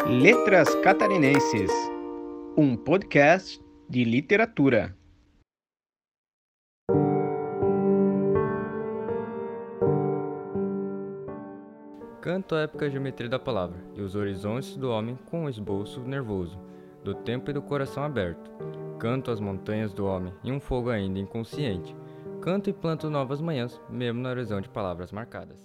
Letras Catarinenses, um podcast de literatura. Canto a épica geometria da palavra e os horizontes do homem com o esboço nervoso, do tempo e do coração aberto. Canto as montanhas do homem e um fogo ainda inconsciente. Canto e planto novas manhãs, mesmo na horizonte de palavras marcadas.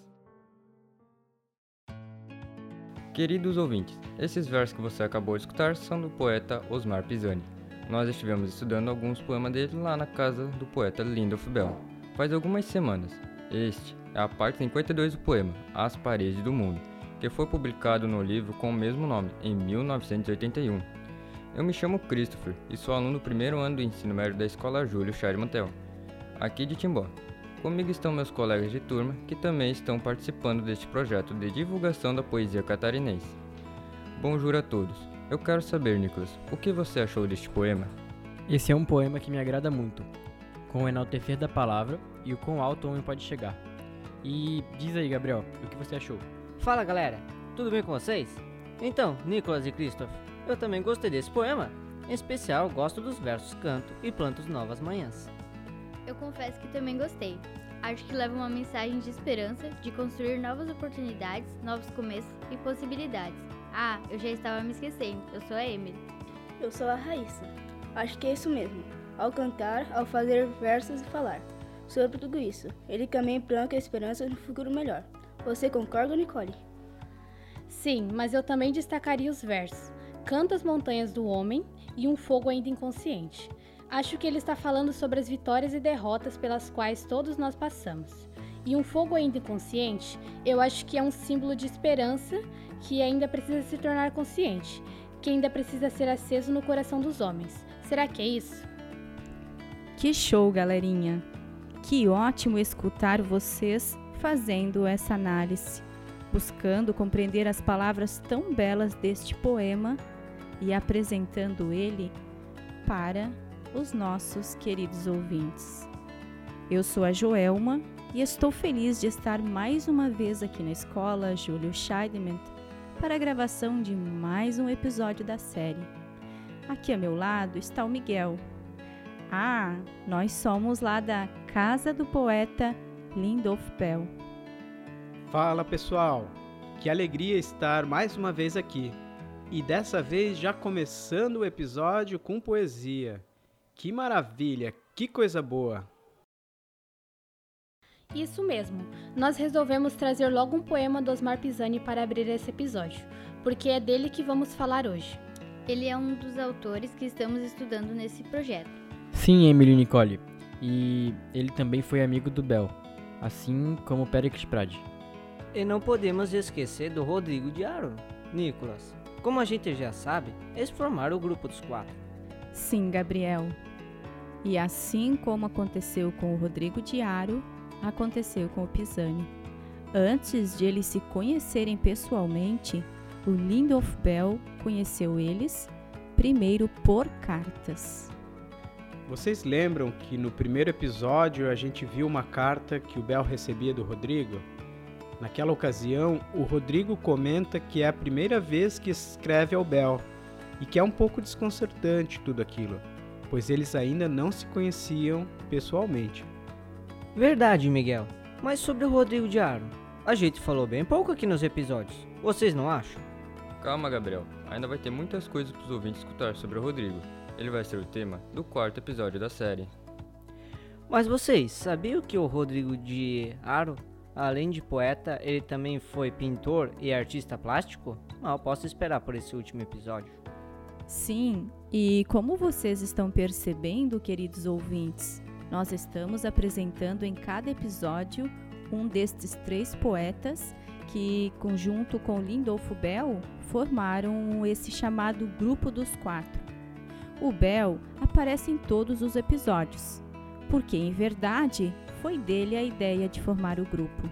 Queridos ouvintes, esses versos que você acabou de escutar são do poeta Osmar Pisani. Nós estivemos estudando alguns poemas dele lá na casa do poeta Lindolf Bell, faz algumas semanas. Este é a parte 52 do poema As Paredes do Mundo, que foi publicado no livro com o mesmo nome, em 1981. Eu me chamo Christopher e sou aluno do primeiro ano do ensino médio da Escola Júlio Chaire Mantel, aqui de Timbó. Comigo estão meus colegas de turma, que também estão participando deste projeto de divulgação da poesia catarinense. Bonjour a todos. Eu quero saber, Nicolas, o que você achou deste poema? Esse é um poema que me agrada muito, com o enaltecer da palavra e o quão alto o homem pode chegar. E diz aí, Gabriel, o que você achou? Fala, galera, tudo bem com vocês? Então, Nicolas e Christoph, eu também gostei desse poema. Em especial, gosto dos versos Canto e Planto Novas Manhãs. Eu confesso que também gostei. Acho que leva uma mensagem de esperança, de construir novas oportunidades, novos começos e possibilidades. Ah, eu já estava me esquecendo. Eu sou a Emily. Eu sou a Raíssa. Acho que é isso mesmo. Ao cantar, ao fazer versos e falar. Sobre tudo isso, ele também planta a esperança de um futuro melhor. Você concorda, Nicole? Sim, mas eu também destacaria os versos. Canto as montanhas do homem e um fogo ainda inconsciente. Acho que ele está falando sobre as vitórias e derrotas pelas quais todos nós passamos. E um fogo ainda inconsciente, eu acho que é um símbolo de esperança que ainda precisa se tornar consciente, que ainda precisa ser aceso no coração dos homens. Será que é isso? Que show, galerinha! Que ótimo escutar vocês fazendo essa análise, buscando compreender as palavras tão belas deste poema e apresentando ele para os nossos queridos ouvintes. Eu sou a Joelma e estou feliz de estar mais uma vez aqui na Escola Júlio Scheidement para a gravação de mais um episódio da série. Aqui ao meu lado está o Miguel. Ah, nós somos lá da Casa do Poeta Lindolf Bell. Fala, pessoal! Que alegria estar mais uma vez aqui. E dessa vez já começando o episódio com poesia. Que maravilha, que coisa boa! Isso mesmo, nós resolvemos trazer logo um poema do Osmar Pisani para abrir esse episódio, porque é dele que vamos falar hoje. Ele é um dos autores que estamos estudando nesse projeto. Sim, Emily e Nicole, e ele também foi amigo do Bell, assim como Péricles Prade. E não podemos esquecer do Rodrigo de Aro. Nicolas, como a gente já sabe, eles formaram o grupo dos 4. Sim, Gabriel. E assim como aconteceu com o Rodrigo de Aro, aconteceu com o Pisani. Antes de eles se conhecerem pessoalmente, o Lindolf Bell conheceu eles primeiro por cartas. Vocês lembram que no primeiro episódio a gente viu uma carta que o Bell recebia do Rodrigo? Naquela ocasião, o Rodrigo comenta que é a primeira vez que escreve ao Bell e que é um pouco desconcertante tudo aquilo, pois eles ainda não se conheciam pessoalmente. Verdade, Miguel. Mas sobre o Rodrigo de Aro, a gente falou bem pouco aqui nos episódios. Vocês não acham? Calma, Gabriel. Ainda vai ter muitas coisas para os ouvintes escutar sobre o Rodrigo. Ele vai ser o tema do 4º episódio da série. Mas vocês sabiam que o Rodrigo de Aro, além de poeta, ele também foi pintor e artista plástico? Mal posso esperar por esse último episódio. Sim, e como vocês estão percebendo, queridos ouvintes, nós estamos apresentando em cada episódio um destes 3 poetas que, junto com Lindolf Bell, formaram esse chamado Grupo dos 4. O Bell aparece em todos os episódios, porque, em verdade, foi dele a ideia de formar o grupo.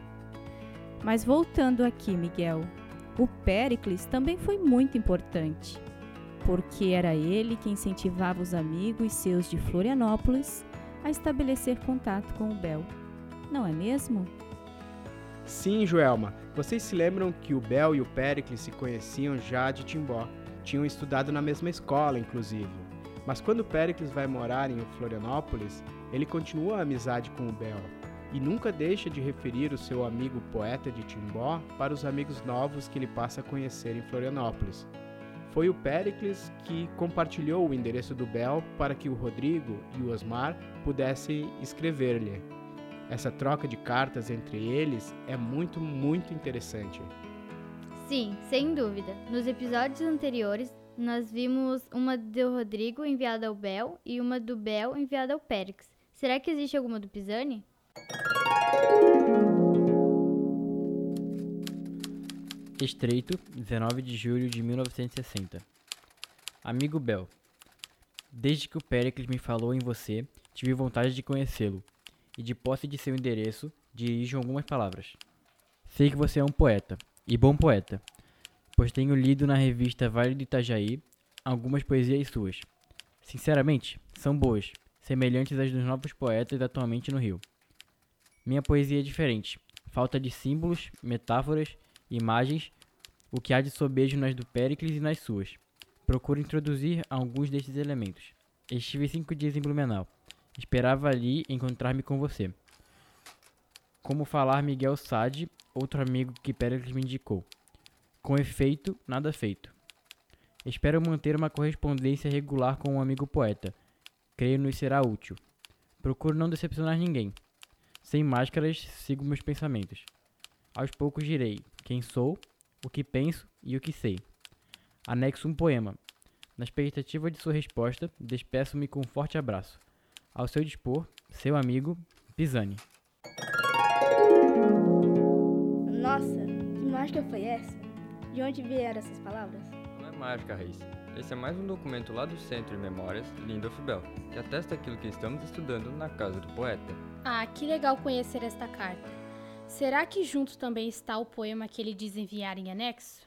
Mas voltando aqui, Miguel, o Péricles também foi muito importante, porque era ele que incentivava os amigos seus de Florianópolis a estabelecer contato com o Bell. Não é mesmo? Sim, Joelma, vocês se lembram que o Bel e o Péricles se conheciam já de Timbó. Tinham estudado na mesma escola, inclusive. Mas quando o Péricles vai morar em Florianópolis, ele continua a amizade com o Bel e nunca deixa de referir o seu amigo poeta de Timbó para os amigos novos que ele passa a conhecer em Florianópolis. Foi o Péricles que compartilhou o endereço do Bel para que o Rodrigo e o Osmar pudessem escrever-lhe. Essa troca de cartas entre eles é muito, muito interessante. Sim, sem dúvida. Nos episódios anteriores, nós vimos uma do Rodrigo enviada ao Bel e uma do Bel enviada ao Péricles. Será que existe alguma do Pisani? Estreito, 19 de julho de 1960. Amigo Bel, desde que o Péricles me falou em você, tive vontade de conhecê-lo, e de posse de seu endereço, dirijo algumas palavras. Sei que você é um poeta, e bom poeta, pois tenho lido na revista Vale do Itajaí algumas poesias suas. Sinceramente, são boas, semelhantes às dos novos poetas atualmente no Rio. Minha poesia é diferente, falta de símbolos, metáforas, imagens, o que há de sobejo nas do Péricles e nas suas. Procuro introduzir alguns destes elementos. Estive 5 dias em Blumenau. Esperava ali encontrar-me com você. Como falar Miguel Sade, outro amigo que Péricles me indicou. Com efeito, nada feito. Espero manter uma correspondência regular com um amigo poeta. Creio nos será útil. Procuro não decepcionar ninguém. Sem máscaras, sigo meus pensamentos. Aos poucos direi quem sou, o que penso e o que sei. Anexo um poema. Na expectativa de sua resposta, despeço-me com um forte abraço. Ao seu dispor, seu amigo, Pisani. Nossa, que mágica foi essa? De onde vieram essas palavras? Não é mágica, Raíssa. Esse é mais um documento lá do Centro de Memórias Lindolf Bell, que atesta aquilo que estamos estudando na casa do poeta. Ah, que legal conhecer esta carta. Será que junto também está o poema que ele diz enviar em anexo?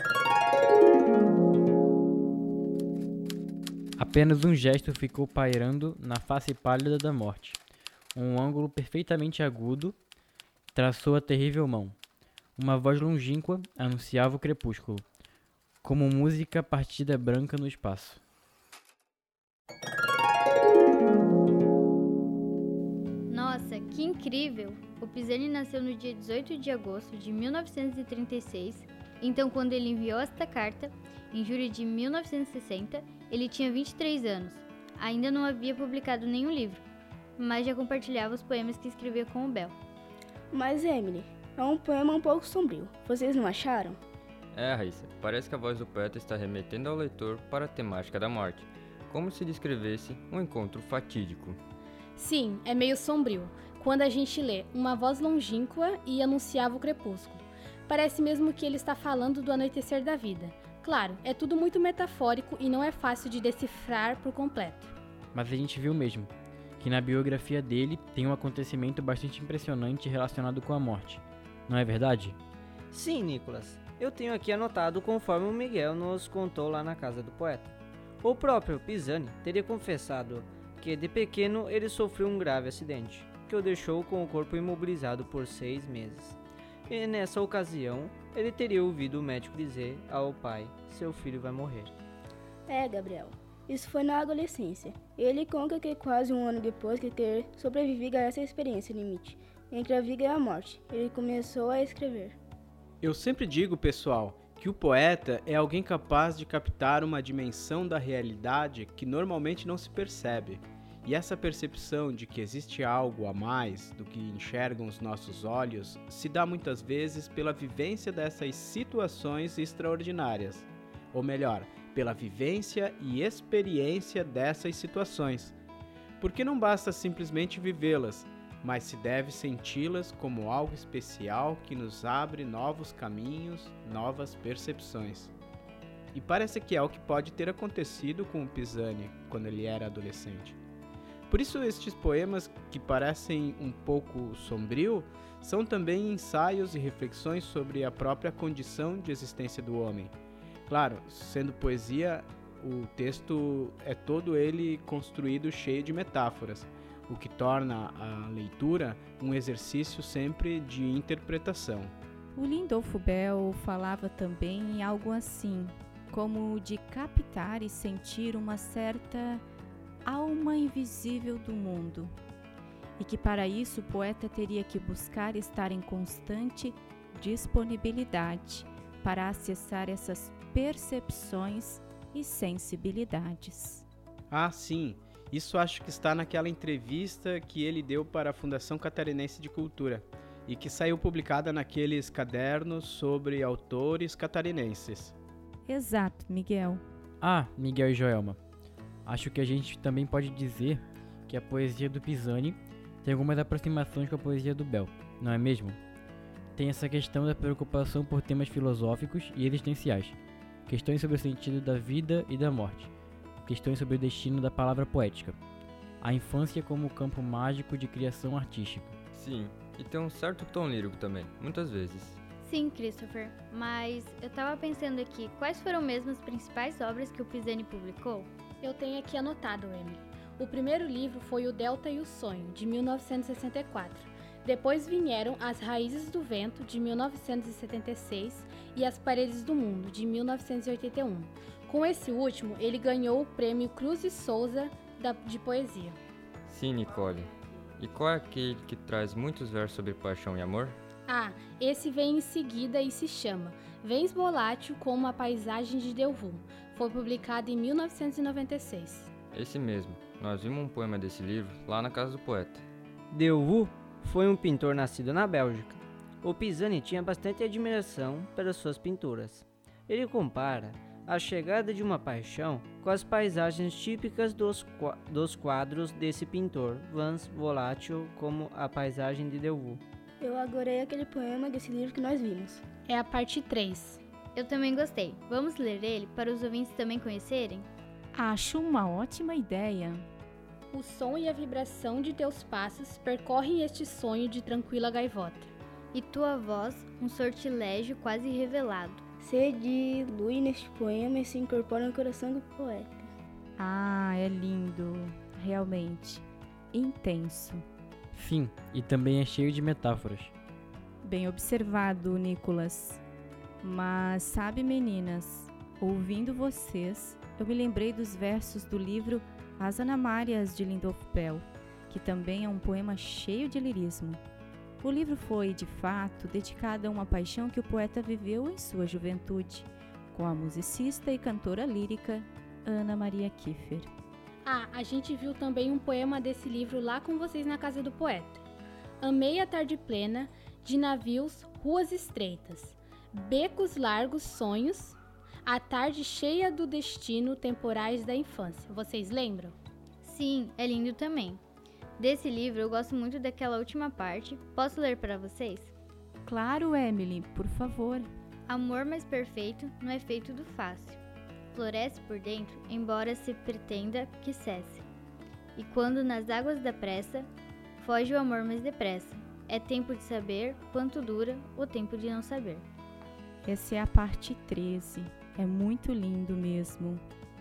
Apenas um gesto ficou pairando na face pálida da morte. Um ângulo perfeitamente agudo traçou a terrível mão. Uma voz longínqua anunciava o crepúsculo, como música partida branca no espaço. Nossa, que incrível! O Pisani nasceu no dia 18 de agosto de 1936, então quando ele enviou esta carta, em julho de 1960, ele tinha 23 anos. Ainda não havia publicado nenhum livro, mas já compartilhava os poemas que escrevia com o Bel. Mas, Emily, é um poema um pouco sombrio. Vocês não acharam? É, Raíssa, parece que a voz do poeta está remetendo ao leitor para a temática da morte, como se descrevesse um encontro fatídico. Sim, é meio sombrio. Quando a gente lê uma voz longínqua e anunciava o crepúsculo. Parece mesmo que ele está falando do anoitecer da vida. Claro, é tudo muito metafórico e não é fácil de decifrar por completo. Mas a gente viu mesmo que na biografia dele tem um acontecimento bastante impressionante relacionado com a morte. Não é verdade? Sim, Nicolas. Eu tenho aqui anotado conforme o Miguel nos contou lá na casa do poeta. O próprio Pisani teria confessado que de pequeno ele sofreu um grave acidente, que o deixou com o corpo imobilizado por 6 meses. E nessa ocasião, ele teria ouvido o médico dizer ao pai: seu filho vai morrer. É, Gabriel. Isso foi na adolescência. Ele conta que quase um ano depois de ter sobrevivido a essa experiência limite, entre a vida e a morte, ele começou a escrever. Eu sempre digo, pessoal, que o poeta é alguém capaz de captar uma dimensão da realidade que normalmente não se percebe. E essa percepção de que existe algo a mais do que enxergam os nossos olhos se dá muitas vezes pela vivência dessas situações extraordinárias. Ou melhor, pela vivência e experiência dessas situações. Porque não basta simplesmente vivê-las, mas se deve senti-las como algo especial que nos abre novos caminhos, novas percepções. E parece que é o que pode ter acontecido com o Pisani quando ele era adolescente. Por isso estes poemas, que parecem um pouco sombrio, são também ensaios e reflexões sobre a própria condição de existência do homem. Claro, sendo poesia, o texto é todo ele construído cheio de metáforas, o que torna a leitura um exercício sempre de interpretação. O Lindolfo Bell falava também em algo assim, como de captar e sentir uma certa alma invisível do mundo, e que para isso o poeta teria que buscar estar em constante disponibilidade para acessar essas percepções e sensibilidades. Ah, sim, isso acho que está naquela entrevista que ele deu para a Fundação Catarinense de Cultura e que saiu publicada naqueles cadernos sobre autores catarinenses. Exato, Miguel. Ah, Miguel e Joelma. Acho que a gente também pode dizer que a poesia do Pisani tem algumas aproximações com a poesia do Bell, não é mesmo? Tem essa questão da preocupação por temas filosóficos e existenciais, questões sobre o sentido da vida e da morte, questões sobre o destino da palavra poética, a infância como campo mágico de criação artística. Sim, e tem um certo tom lírico também, muitas vezes. Sim, Christopher, mas eu tava pensando aqui, quais foram mesmo as principais obras que o Pisani publicou? Eu tenho aqui anotado, Emily. O primeiro livro foi O Delta e o Sonho, de 1964. Depois vieram As Raízes do Vento, de 1976, e As Paredes do Mundo, de 1981. Com esse último, ele ganhou o prêmio Cruz e Souza de poesia. Sim, Nicole. E qual é aquele que traz muitos versos sobre paixão e amor? Ah, esse vem em seguida e se chama Vens Volátil como a Paisagem de Delvaux. Foi publicado em 1996. Esse mesmo. Nós vimos um poema desse livro lá na casa do poeta. Delvaux foi um pintor nascido na Bélgica. O Pisani tinha bastante admiração pelas suas pinturas. Ele compara a chegada de uma paixão com as paisagens típicas dos quadros desse pintor, Vens Volátil como a Paisagem de Delvaux. Eu adorei aquele poema desse livro que nós vimos. É a parte 3. Eu também gostei. Vamos ler ele para os ouvintes também conhecerem? Acho uma ótima ideia. O som e a vibração de teus passos percorrem este sonho de tranquila gaivota. E tua voz, um sortilégio quase revelado. Se dilui neste poema e se incorpora no coração do poeta. Ah, é lindo. Realmente. Intenso. Sim, e também é cheio de metáforas. Bem observado, Nicolas. Mas sabe, meninas, ouvindo vocês, eu me lembrei dos versos do livro As Anamárias de Lindolfo Bell, que também é um poema cheio de lirismo. O livro foi, de fato, dedicado a uma paixão que o poeta viveu em sua juventude, com a musicista e cantora lírica Ana Maria Kiefer. Ah, a gente viu também um poema desse livro lá com vocês na casa do poeta. Amei a tarde plena, de navios, ruas estreitas, becos largos, sonhos, a tarde cheia do destino, temporais da infância. Vocês lembram? Sim, é lindo também. Desse livro eu gosto muito daquela última parte. Posso ler para vocês? Claro, Emily, por favor. Amor mais perfeito não é feito do fácil. Floresce por dentro, embora se pretenda que cesse. E quando nas águas da pressa, foge o amor mais depressa. É tempo de saber quanto dura o tempo de não saber. Essa é a parte 13. É muito lindo mesmo.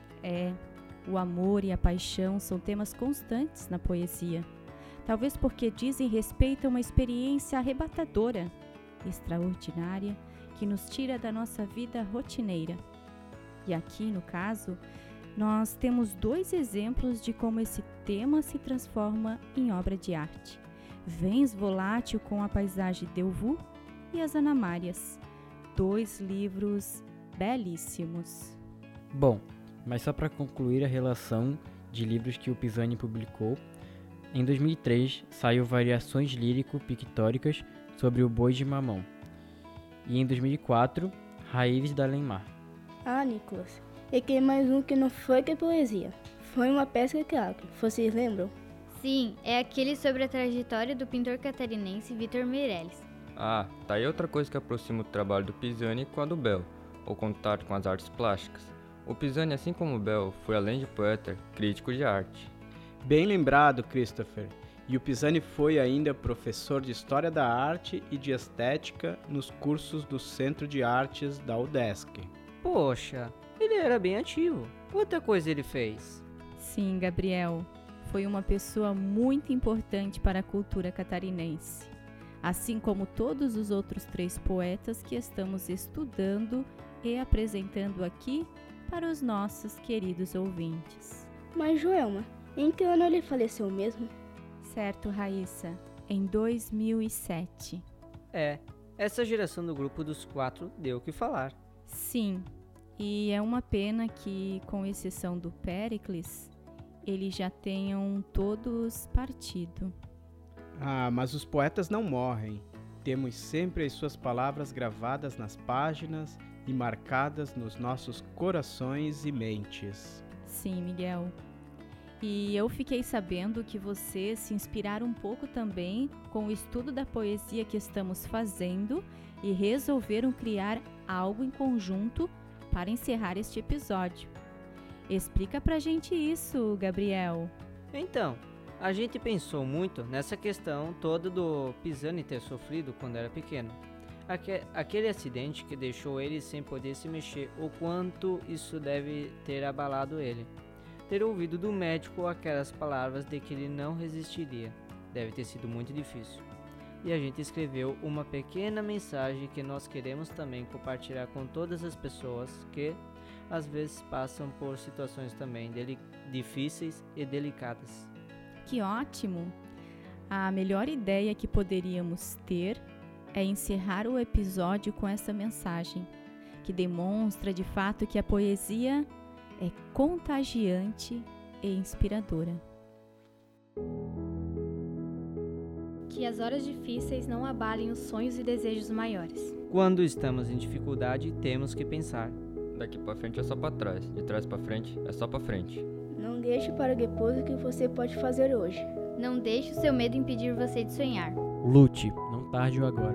O amor e a paixão são temas constantes na poesia. Talvez porque dizem respeito a uma experiência arrebatadora, extraordinária, que nos tira da nossa vida rotineira. E aqui, no caso, nós temos 2 exemplos de como esse tema se transforma em obra de arte. Vens Volátil com a Paisagem de Delvaux e As Anamárias. 2 livros belíssimos. Bom, mas só para concluir a relação de livros que o Pisani publicou, em 2003 saiu Variações Lírico-Pictóricas sobre o Boi de Mamão. E em 2004, Raízes da Além-Mar. Ah, Nicolas, e que mais um que não foi que poesia. Foi uma peça de teatro. Vocês lembram? Sim, é aquele sobre a trajetória do pintor catarinense Vitor Meirelles. Ah, tá aí outra coisa que aproxima o trabalho do Pisani com a do Bell, o contato com as artes plásticas. O Pisani, assim como o Bell, foi além de poeta, crítico de arte. Bem lembrado, Christopher. E o Pisani foi ainda professor de História da Arte e de Estética nos cursos do Centro de Artes da UDESC. Poxa, ele era bem ativo. Outra coisa ele fez. Sim, Gabriel. foi uma pessoa muito importante para a cultura catarinense, assim como todos os outros 3 poetas que estamos estudando e apresentando aqui para os nossos queridos ouvintes. Mas, Joelma, em que ano ele faleceu mesmo? Certo, Raíssa, em 2007. Essa geração do grupo dos 4 deu o que falar. Sim, e é uma pena que, com exceção do Péricles, eles já tenham todos partido. Mas os poetas não morrem. Temos sempre as suas palavras gravadas nas páginas e marcadas nos nossos corações e mentes. Sim, Miguel. E eu fiquei sabendo que vocês se inspiraram um pouco também com o estudo da poesia que estamos fazendo e resolveram criar algo em conjunto para encerrar este episódio. Explica pra gente isso, Gabriel. Então, a gente pensou muito nessa questão toda do Pisani ter sofrido quando era pequeno. Aquele acidente que deixou ele sem poder se mexer, o quanto isso deve ter abalado ele. Ter ouvido do médico aquelas palavras de que ele não resistiria, deve ter sido muito difícil. E a gente escreveu uma pequena mensagem que nós queremos também compartilhar com todas as pessoas que às vezes passam por situações também difíceis e delicadas. Que ótimo! A melhor ideia que poderíamos ter é encerrar o episódio com essa mensagem, que demonstra de fato que a poesia é contagiante e inspiradora. Que as horas difíceis não abalem os sonhos e desejos maiores. Quando estamos em dificuldade, temos que pensar. Daqui pra frente é só pra trás, de trás pra frente é só pra frente. Não deixe para depois o que você pode fazer hoje. Não deixe o seu medo impedir você de sonhar. Lute, não tarde o agora.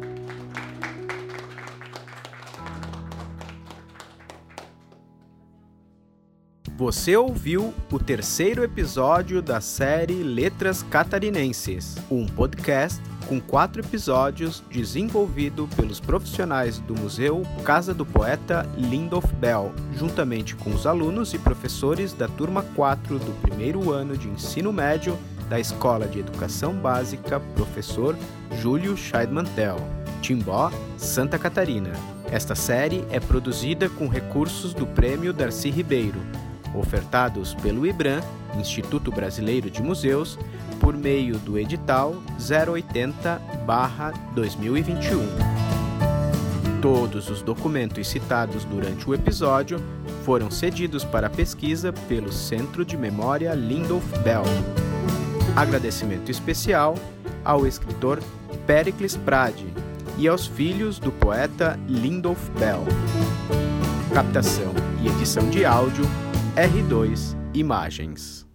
Você ouviu o 3º episódio da série Letras Catarinenses, um podcast com 4 episódios desenvolvido pelos profissionais do Museu Casa do Poeta Lindolf Bell, juntamente com os alunos e professores da turma 4 do 1º ano de ensino médio da Escola de Educação Básica Professor Júlio Scheidmantel, Timbó, Santa Catarina. Esta série é produzida com recursos do Prêmio Darcy Ribeiro, ofertados pelo IBRAM, Instituto Brasileiro de Museus, por meio do edital 080/2021. Todos os documentos citados durante o episódio foram cedidos para pesquisa pelo Centro de Memória Lindolf Bell. Agradecimento especial ao escritor Péricles Prade e aos filhos do poeta Lindolf Bell. Captação e edição de áudio R2 Imagens.